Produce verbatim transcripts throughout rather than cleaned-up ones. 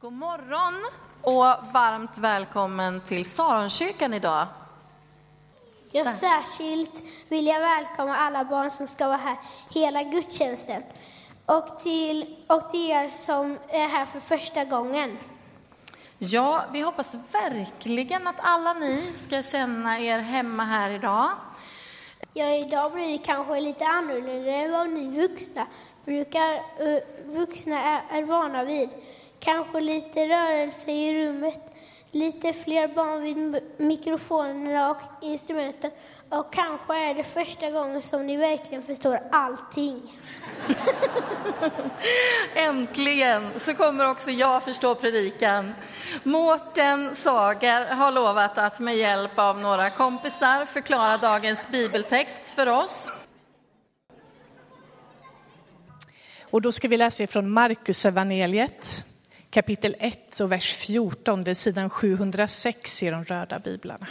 God morgon och varmt välkommen till Saronkyrkan idag. Jag särskilt vill jag välkomna alla barn som ska vara här hela gudstjänsten. Och till, och till er som är här för första gången. Ja, vi hoppas verkligen att alla ni ska känna er hemma här idag. Ja, idag blir det kanske lite annorlunda än vad ni vuxna brukar, uh, vuxna är, är vana vid. Kanske lite rörelse i rummet, lite fler barn vid mikrofonerna och instrumenten. Och kanske är det första gången som ni verkligen förstår allting. Äntligen så kommer också jag förstå predikan. Mårten Sager har lovat att med hjälp av några kompisar förklara dagens bibeltext för oss. Och då ska vi läsa ifrån Markus evangeliet, kapitel ett och vers fjorton, det är sidan sjuhundrasex i de röda biblarna.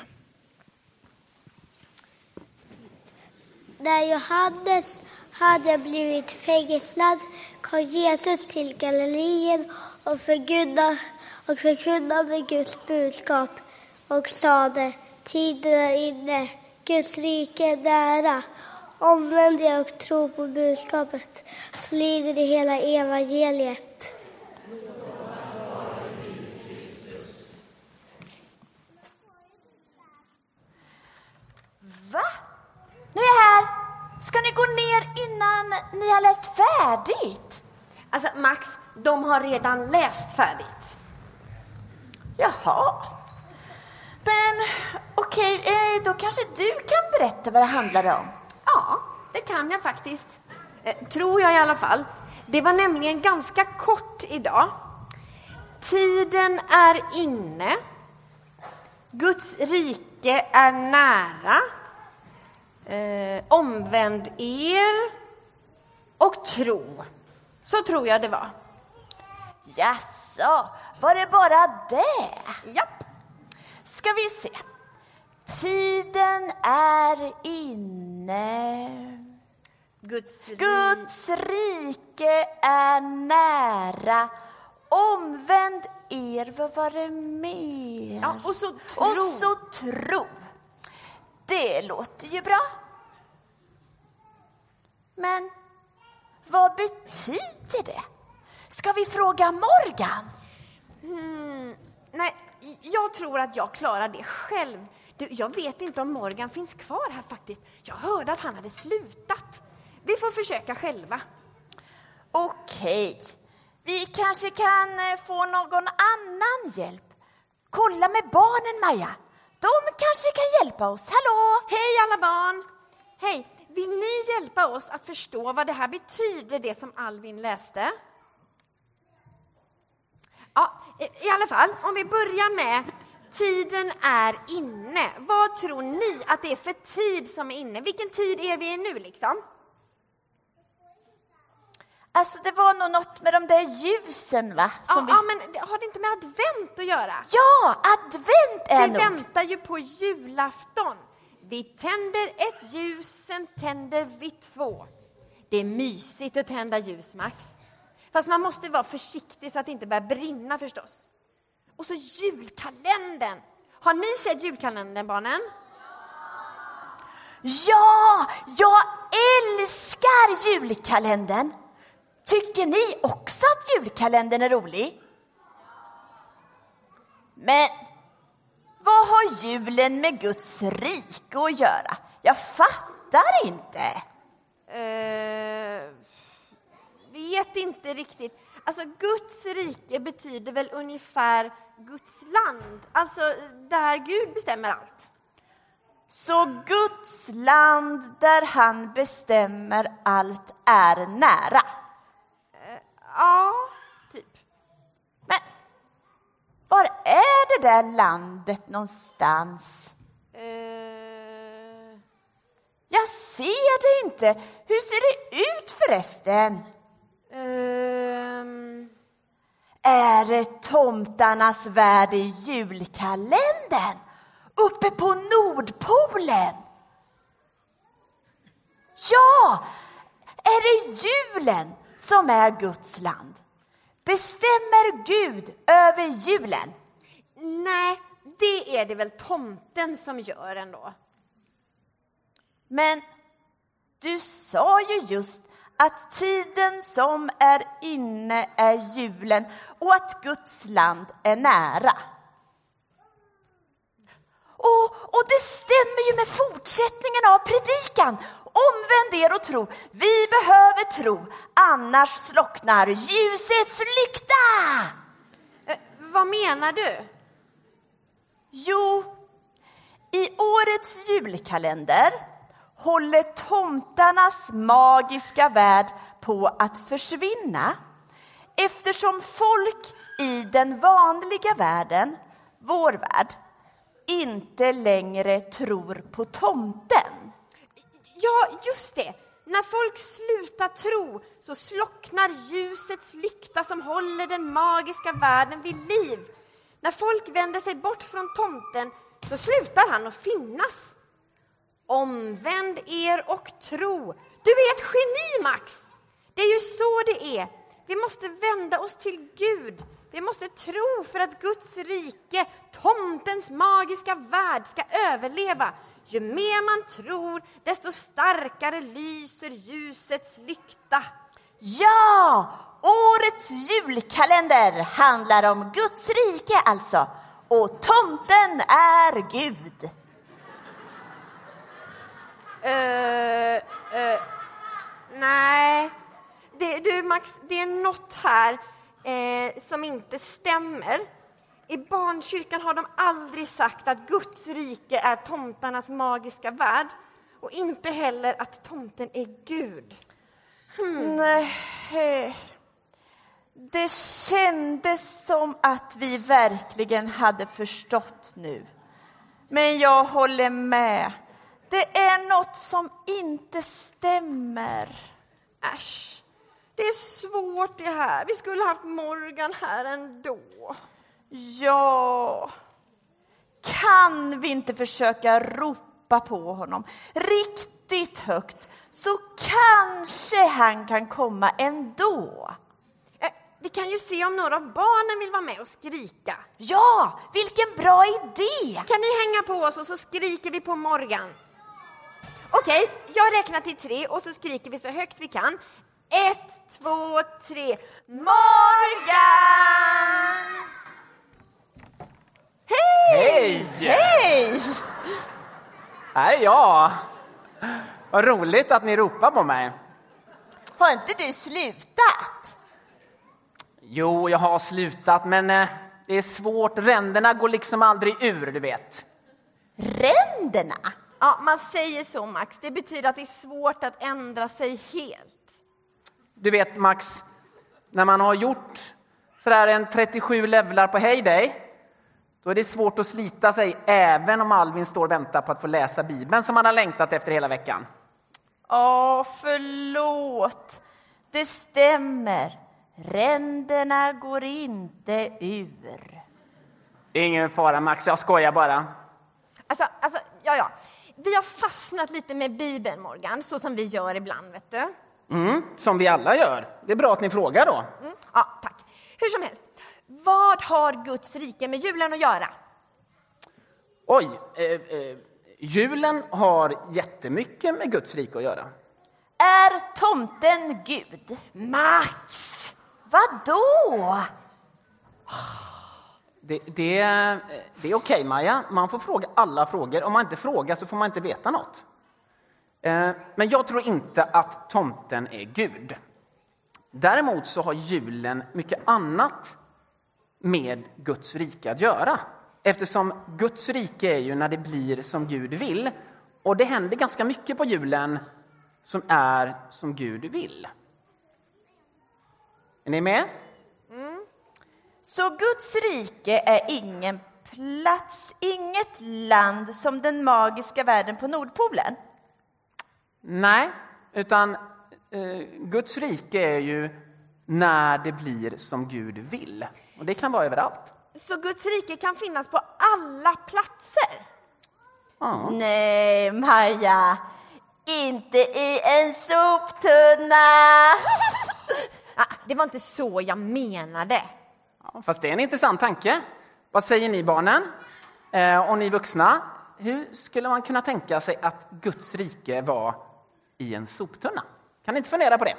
När Johannes hade blivit fängslad kom Jesus till Galileen och förkunnade, och förkunnade Guds budskap och sade: tiden är inne, Guds rike är nära. Omvänd er och tro på budskapet, så lyder det hela evangeliet. Va? Nu är jag här. Ska ni gå ner innan ni har läst färdigt? Alltså Max, de har redan läst färdigt. Jaha. Men okej, okay, då kanske du kan berätta vad det handlar om. Ja, det kan jag faktiskt. Eh, tror jag i alla fall. Det var nämligen ganska kort idag. Tiden är inne. Guds rike är nära. Eh, omvänd er och tro. Så tror jag det var. Jaså, var det bara det? Japp. Ska vi se. Tiden är inne. Guds, ri- Guds rike är nära. Omvänd er, vad var det mer? Ja, och så tro. Och så tro. Det låter ju bra. Men vad betyder det? Ska vi fråga Morgan? Hmm, nej, jag tror att jag klarar det själv. Du, jag vet inte om Morgan finns kvar här faktiskt. Jag hörde att han hade slutat. Vi får försöka själva. Okej, vi kanske kan få någon annan hjälp. Kolla med barnen, Maja. De kanske kan hjälpa oss. Hallå! Hej alla barn! Hej, vill ni hjälpa oss att förstå vad det här betyder, det som Alvin läste? Ja, i alla fall, om vi börjar med tiden är inne. Vad tror ni att det är för tid som är inne? Vilken tid är vi i nu liksom? Alltså det var nog något med de där ljusen, va? Ja, Som vi... ja, men har det inte med advent att göra? Ja, advent är Vi nog. väntar ju på julafton. Vi tänder ett ljus, sen tänder vi två. Det är mysigt att tända ljus, Max. Fast man måste vara försiktig så att det inte börjar brinna förstås. Och så julkalendern. Har ni sett julkalendern, barnen? Ja, jag älskar julkalendern. Tycker ni också att julkalendern är rolig? Men vad har julen med Guds rike att göra? Jag fattar inte. Uh, vet inte riktigt. Alltså Guds rike betyder väl ungefär Guds land. Alltså där Gud bestämmer allt. Så Guds land där han bestämmer allt är nära. Ja, typ. Men var är det där landet någonstans? Uh... Jag ser det inte. Hur ser det ut förresten? Uh... Är det tomtarnas värld i julkalendern? Uppe på Nordpolen? Ja, är det julen som är Guds land? Bestämmer Gud över julen? Nej, det är det väl tomten som gör ändå. Men du sa ju just att tiden som är inne är julen och att Guds land är nära. Och, och det stämmer ju med fortsättningen av predikan. Omvänd er och tro. Vi behöver tro, annars slocknar ljusets lykta. Eh, vad menar du? Jo, i årets julkalender håller tomtarnas magiska värld på att försvinna, eftersom folk i den vanliga världen, vår värld, inte längre tror på tomten. Ja, just det. När folk slutar tro så slocknar ljusets lykta som håller den magiska världen vid liv. När folk vänder sig bort från tomten så slutar han att finnas. Omvänd er och tro. Du är ett geni, Max. Det är ju så det är. Vi måste vända oss till Gud. Vi måste tro för att Guds rike, tomtens magiska värld, ska överleva. Ju mer man tror, desto starkare lyser ljusets lykta. Ja, årets julkalender handlar om Guds rike alltså. Och tomten är Gud. Uh, uh, nej, det, du Max, det är något här eh, som inte stämmer. I barnkyrkan har de aldrig sagt att Guds rike är tomtarnas magiska värld. Och inte heller att tomten är Gud. Hmm. Nej, det kändes som att vi verkligen hade förstått nu. Men jag håller med. Det är något som inte stämmer. Äsch, det är svårt det här. Vi skulle haft Morgan här ändå. Ja, kan vi inte försöka ropa på honom riktigt högt, så kanske han kan komma ändå. Eh, vi kan ju se om några av barnen vill vara med och skrika. Ja, vilken bra idé! Kan ni hänga på oss och så skriker vi på Morgan? Okej, jag räknar till tre och så skriker vi så högt vi kan. Ett, två, tre. Morgan! Hej! Hej! Här är jag. Vad roligt att ni ropar på mig. Har inte du slutat? Jo, jag har slutat, men eh, det är svårt. Ränderna går liksom aldrig ur, du vet. Ränderna? Ja, man säger så, Max. Det betyder att det är svårt att ändra sig helt. Du vet, Max, när man har gjort så där en trettiosju levlar på Heyday, då är det svårt att slita sig även om Alvin står och väntar på att få läsa Bibeln som han har längtat efter hela veckan. Åh, förlåt. Det stämmer. Ränderna går inte ur. Ingen fara, Max. Jag skojar bara. Alltså, alltså, ja, ja. Vi har fastnat lite med Bibeln, Morgan, så som vi gör ibland, vet du. Mm, som vi alla gör. Det är bra att ni frågar då. Mm, ja, tack. Hur som helst. Vad har Guds rike med julen att göra? Oj, eh, eh, julen har jättemycket med Guds rike att göra. Är tomten Gud? Max! Vadå? Det, det, det är okej, Maja. Man får fråga alla frågor. Om man inte frågar så får man inte veta något. Eh, men jag tror inte att tomten är Gud. Däremot så har julen mycket annat med Guds rike att göra. Eftersom Guds rike är ju när det blir som Gud vill. Och det händer ganska mycket på julen som är som Gud vill. Är ni med? Mm. Så Guds rike är ingen plats, inget land som den magiska världen på Nordpolen? Nej, utan eh, Guds rike är ju när det blir som Gud vill. Och det kan vara överallt. Så Guds rike kan finnas på alla platser? Ja. Nej, Maja. Inte i en soptunna. Ah, det var inte så jag menade. Ja, fast det är en intressant tanke. Vad säger ni barnen? Eh, och ni vuxna? Hur skulle man kunna tänka sig att Guds rike var i en soptunna? Kan ni inte fundera på det?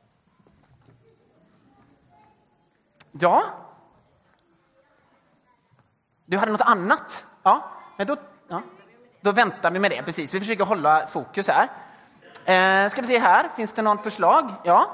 Ja. Du hade något annat? Ja, men då, ja. Då väntar vi med det. Precis, vi försöker hålla fokus här. Eh, ska vi se här, finns det något förslag? Ja.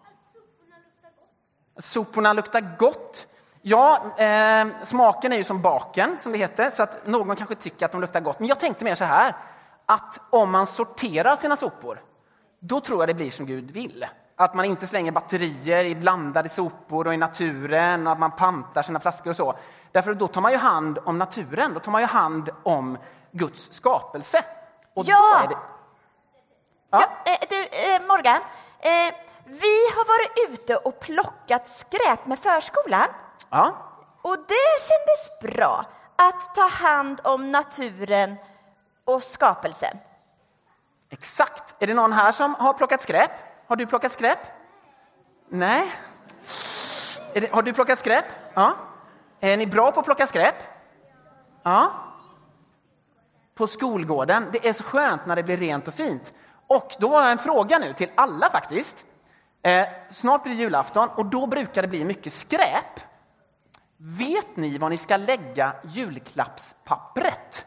Soporna luktar gott. Ja, eh, smaken är ju som baken, som det heter. Så att någon kanske tycker att de luktar gott. Men jag tänkte mer så här, att om man sorterar sina sopor, då tror jag det blir som Gud vill. Att man inte slänger batterier i blandade sopor och i naturen, och att man pantar sina flaskor och så. Därför då tar man ju hand om naturen, då tar man ju hand om Guds skapelse. Och ja! Då är det... ja. ja eh, du, eh, Morgan, eh, vi har varit ute och plockat skräp med förskolan. Ja. Och det kändes bra att ta hand om naturen och skapelsen. Exakt. Är det någon här som har plockat skräp? Har du plockat skräp? Nej. Är det, har du plockat skräp? Ja. Är ni bra på att plocka skräp? Ja. På skolgården. Det är så skönt när det blir rent och fint. Och då har jag en fråga nu till alla faktiskt. Eh, snart blir det julafton och då brukar det bli mycket skräp. Vet ni var ni ska lägga julklappspappret?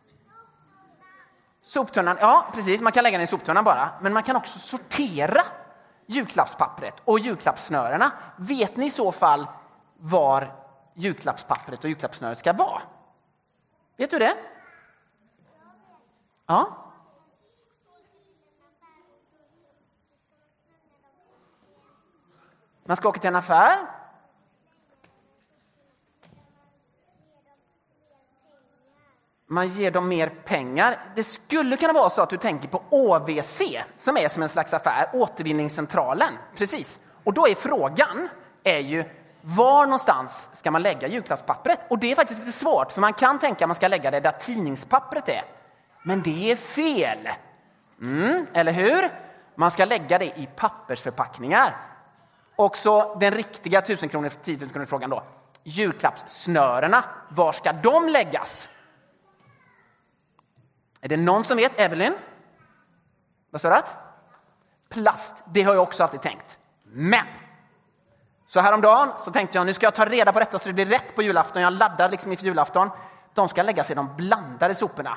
Soptunnan, ja precis, man kan lägga den i soptunnan bara. Men man kan också sortera julklappspappret och julklappssnörena. Vet ni i så fall var julklappspappret och julklappssnöret ska vara? Vet du det? Ja. Man ska åka till en affär. Man ger dem mer pengar. Det skulle kunna vara så att du tänker på Å V C som är som en slags affär, återvinningscentralen. Precis. Och då är frågan är ju var någonstans ska man lägga julklappspappret? Och det är faktiskt lite svårt för man kan tänka att man ska lägga det där tidningspappret är. Men det är fel. Mm, eller hur? Man ska lägga det i pappersförpackningar. Också den riktiga tusen kronor för tio tusen kronor frågan då. Julklappssnörena, var ska de läggas? Är det någon som vet? Evelyn? Vad sa du? Plast, det har jag också alltid tänkt. Men så häromdagen så tänkte jag nu ska jag ta reda på detta så det blir rätt på julafton. Jag laddar liksom inför julafton. De ska läggas i de blandade soporna.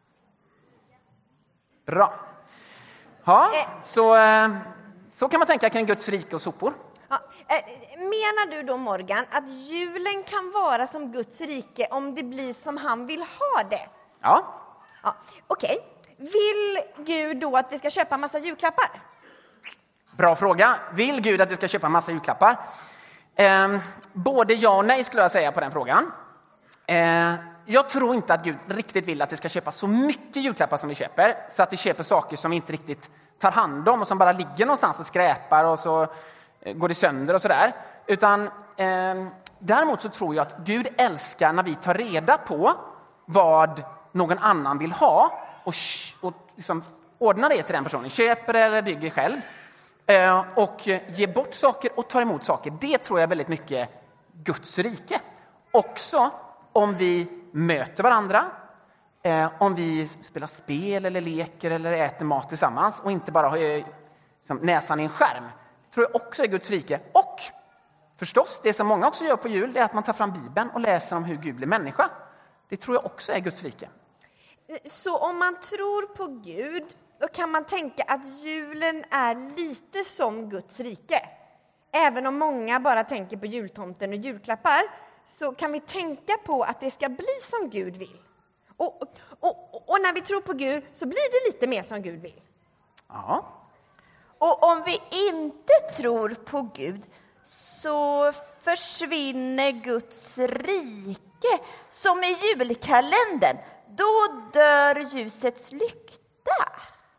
Bra. Ja, så, så kan man tänka kring Guds rike och sopor. Ja, menar du då Morgan att julen kan vara som Guds rike om det blir som han vill ha det? Ja. Ja, okej. Vill Gud då att vi ska köpa en massa julklappar? Bra fråga. Vill Gud att vi ska köpa en massa julklappar? Eh, både ja och nej skulle jag säga på den frågan. Eh, jag tror inte att Gud riktigt vill att vi ska köpa så mycket julklappar som vi köper. Så att vi köper saker som vi inte riktigt tar hand om och som bara ligger någonstans och skräpar och så eh, går det sönder och sådär. Utan eh, däremot så tror jag att Gud älskar när vi tar reda på vad någon annan vill ha och, och liksom ordnar det till den personen. Köper eller bygger själv. Eh, och ger bort saker och tar emot saker. Det tror jag är väldigt mycket Guds rike. Också om vi möter varandra. Eh, om vi spelar spel eller leker eller äter mat tillsammans. Och inte bara har liksom, näsan i en skärm. Tror jag också är Guds rike. Och förstås, det som många också gör på jul är att man tar fram Bibeln och läser om hur Gud blir människa. Det tror jag också är Guds rike. Så om man tror på Gud, då kan man tänka att julen är lite som Guds rike. Även om många bara tänker på jultomten och julklappar, så kan vi tänka på att det ska bli som Gud vill. Och, och, och, och när vi tror på Gud så blir det lite mer som Gud vill. Ja. Och om vi inte tror på Gud så försvinner Guds rike som i julkalendern. Då dör ljusets lykta.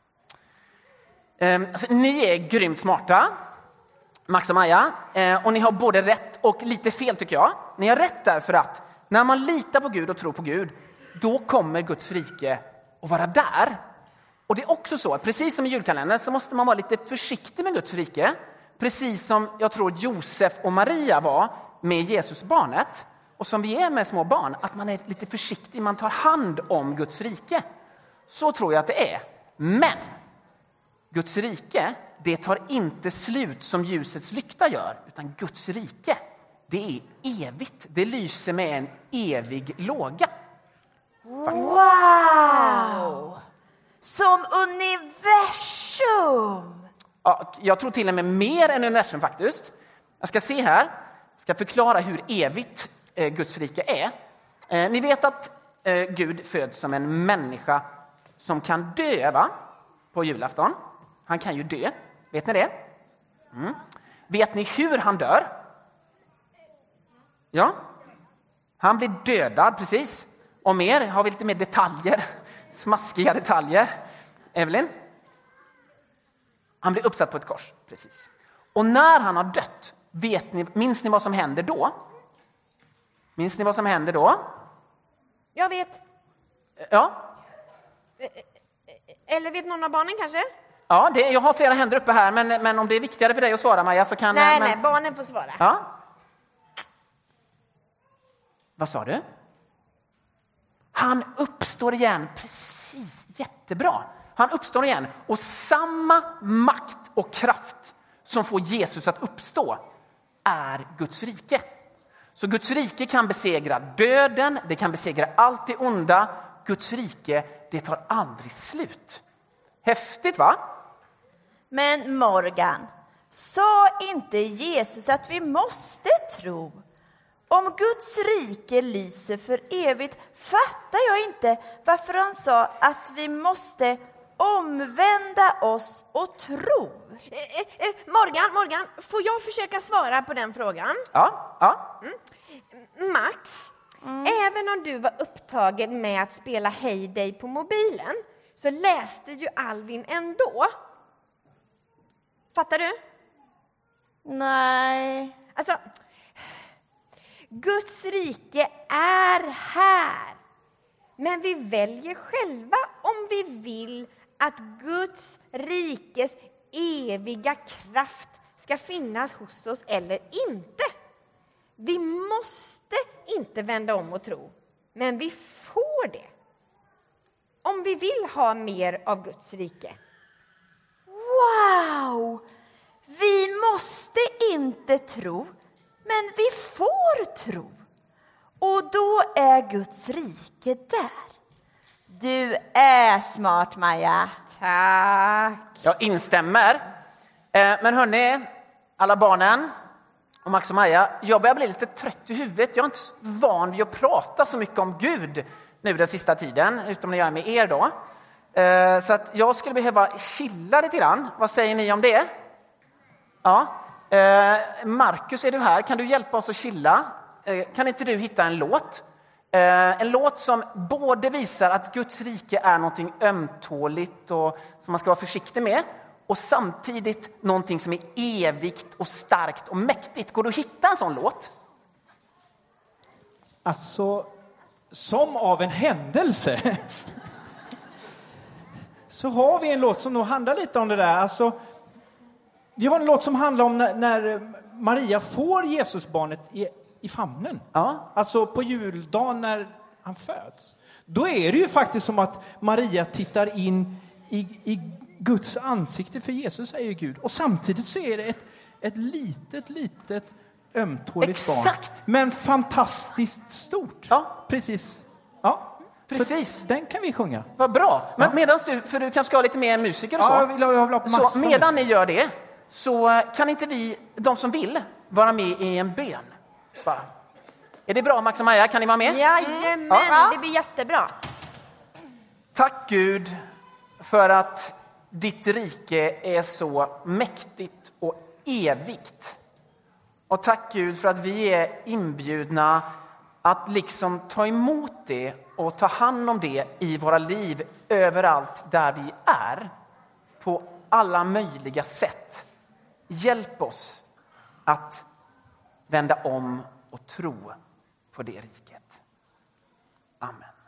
Eh, alltså, ni är grymt smarta, Max och Maja. Eh, och ni har både rätt och lite fel tycker jag. Ni har rätt därför att när man litar på Gud och tror på Gud, då kommer Guds rike att vara där. Och det är också så att precis som i julkalendern så måste man vara lite försiktig med Guds rike. precis som jag tror Josef och Maria var med Jesusbarnet och som vi är med små barn, att man är lite försiktig, man tar hand om Guds rike. Så tror jag att det är. Men Guds rike, det tar inte slut som ljusets lykta gör, utan Guds rike, det är evigt. Det lyser med en evig låga. Faktiskt. Wow! Som universum! Ja, jag tror till och med mer än universum faktiskt. Jag ska se här. Jag ska förklara hur evigt eh, Guds rike är. Eh, ni vet att eh, Gud föds som en människa som kan dö, va? På julafton. Han kan ju dö. Vet ni det? Mm. Vet ni hur han dör? Ja. Han blir dödad, precis. Och mer, har vi lite mer detaljer. Smaskiga detaljer. Evelyn? Han blir uppsatt på ett kors, precis. Och när han har dött, vet ni, minns ni vad som händer då? Minns ni vad som händer då? Jag vet. Ja. Eller vet någon av barnen kanske? Ja, det, jag har flera händer uppe här, men, men om det är viktigare för dig att svara, Maja, så kan... Nej, men... nej, barnen får svara. Ja. Vad sa du? Han uppstår igen, precis, jättebra. Han uppstår igen och samma makt och kraft som får Jesus att uppstå är Guds rike. Så Guds rike kan besegra döden, det kan besegra allt det onda. Guds rike, det tar aldrig slut. Häftigt, va? Men Morgan, sa inte Jesus att vi måste tro? Om Guds rike lyser för evigt fattar jag inte varför han sa att vi måste omvända oss och tro. Eh, eh, Morgan, Morgan, får jag försöka svara på den frågan? Ja, ja. Mm. Max, mm. även om du var upptagen med att spela Hey Day på mobilen så läste ju Alvin ändå. Fattar du? Nej. Alltså, Guds rike är här. Men vi väljer själva om vi vill att Guds rikes eviga kraft ska finnas hos oss eller inte. Vi måste inte vända om och tro, men vi får det. Om vi vill ha mer av Guds rike. Wow! Vi måste inte tro, men vi får tro. Och då är Guds rike där. Du är smart, Maja. Tack. Jag instämmer. Eh, men hörni, alla barnen och Max och Maja, jag börjar bli lite trött i huvudet. Jag är inte van vid att prata så mycket om Gud nu den sista tiden, utom när jag är med er då. Eh, så att jag skulle behöva chilla lite grann. Vad säger ni om det? Ja. Eh, Marcus, är du här? Kan du hjälpa oss att chilla? Eh, kan inte du hitta en låt? Eh, en låt som både visar att Guds rike är någonting ömtåligt och som man ska vara försiktig med, och samtidigt någonting som är evigt och starkt och mäktigt. Går du att hitta en sån låt? Alltså, som av en händelse så har vi en låt som nog handlar lite om det där. Alltså, vi har en låt som handlar om när, när Maria får Jesusbarnet i, i famnen. Ja. Alltså på juldagen när han föds. Då är det ju faktiskt som att Maria tittar in i, i Guds ansikte, för Jesus är ju Gud. Och samtidigt så är det ett, ett litet, litet ömtåligt Exakt. barn. Men fantastiskt stort. Ja. Precis. Ja. Precis. Så den kan vi sjunga. Vad bra. Men Ja. medan du, för du kanske ska ha lite mer musiker och så. Ja, jag vill, jag vill ha massor. Så medan ni gör det, så kan inte vi, de som vill, vara med i en bön? Bara. Är det bra, Max och Maja? Kan ni vara med? Jajamän, Ja. det blir jättebra. Tack Gud för att ditt rike är så mäktigt och evigt. Och tack Gud för att vi är inbjudna att liksom ta emot det och ta hand om det i våra liv överallt där vi är. På alla möjliga sätt. Hjälp oss att vända om och tro på det riket. Amen.